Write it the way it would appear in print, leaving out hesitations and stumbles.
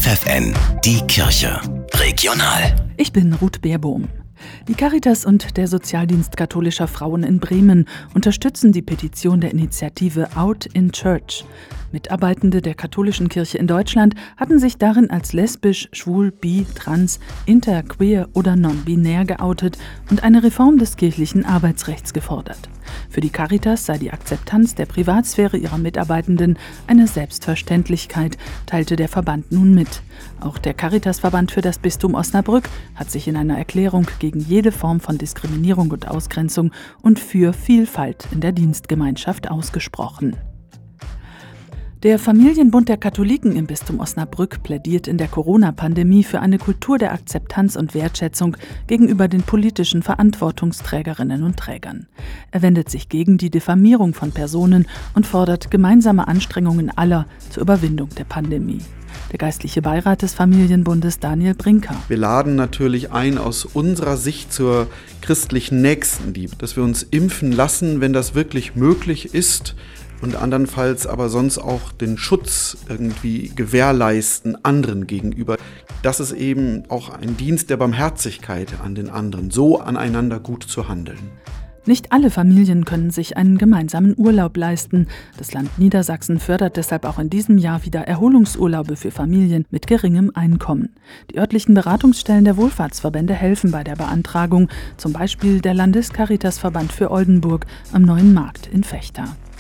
FFN, die Kirche. Regional. Ich bin Ruth Beerbohm. Die Caritas und der Sozialdienst katholischer Frauen in Bremen unterstützen die Petition der Initiative Out in Church. Mitarbeitende der katholischen Kirche in Deutschland hatten sich darin als lesbisch, schwul, bi, trans, inter, queer oder non-binär geoutet und eine Reform des kirchlichen Arbeitsrechts gefordert. Für die Caritas sei die Akzeptanz der Privatsphäre ihrer Mitarbeitenden eine Selbstverständlichkeit, teilte der Verband nun mit. Auch der Caritasverband für das Bistum Osnabrück hat sich in einer Erklärung gegen jede Form von Diskriminierung und Ausgrenzung und für Vielfalt in der Dienstgemeinschaft ausgesprochen. Der Familienbund der Katholiken im Bistum Osnabrück plädiert in der Corona-Pandemie für eine Kultur der Akzeptanz und Wertschätzung gegenüber den politischen Verantwortungsträgerinnen und Trägern. Er wendet sich gegen die Diffamierung von Personen und fordert gemeinsame Anstrengungen aller zur Überwindung der Pandemie. Der geistliche Beirat des Familienbundes Daniel Brinker. Wir laden natürlich ein aus unserer Sicht zur christlichen Nächstenliebe, dass wir uns impfen lassen, wenn das wirklich möglich ist, und andernfalls aber sonst auch den Schutz irgendwie gewährleisten anderen gegenüber. Das ist eben auch ein Dienst der Barmherzigkeit an den anderen, so aneinander gut zu handeln. Nicht alle Familien können sich einen gemeinsamen Urlaub leisten. Das Land Niedersachsen fördert deshalb auch in diesem Jahr wieder Erholungsurlaube für Familien mit geringem Einkommen. Die örtlichen Beratungsstellen der Wohlfahrtsverbände helfen bei der Beantragung, zum Beispiel der Landescaritasverband für Oldenburg am Neuen Markt in Vechta.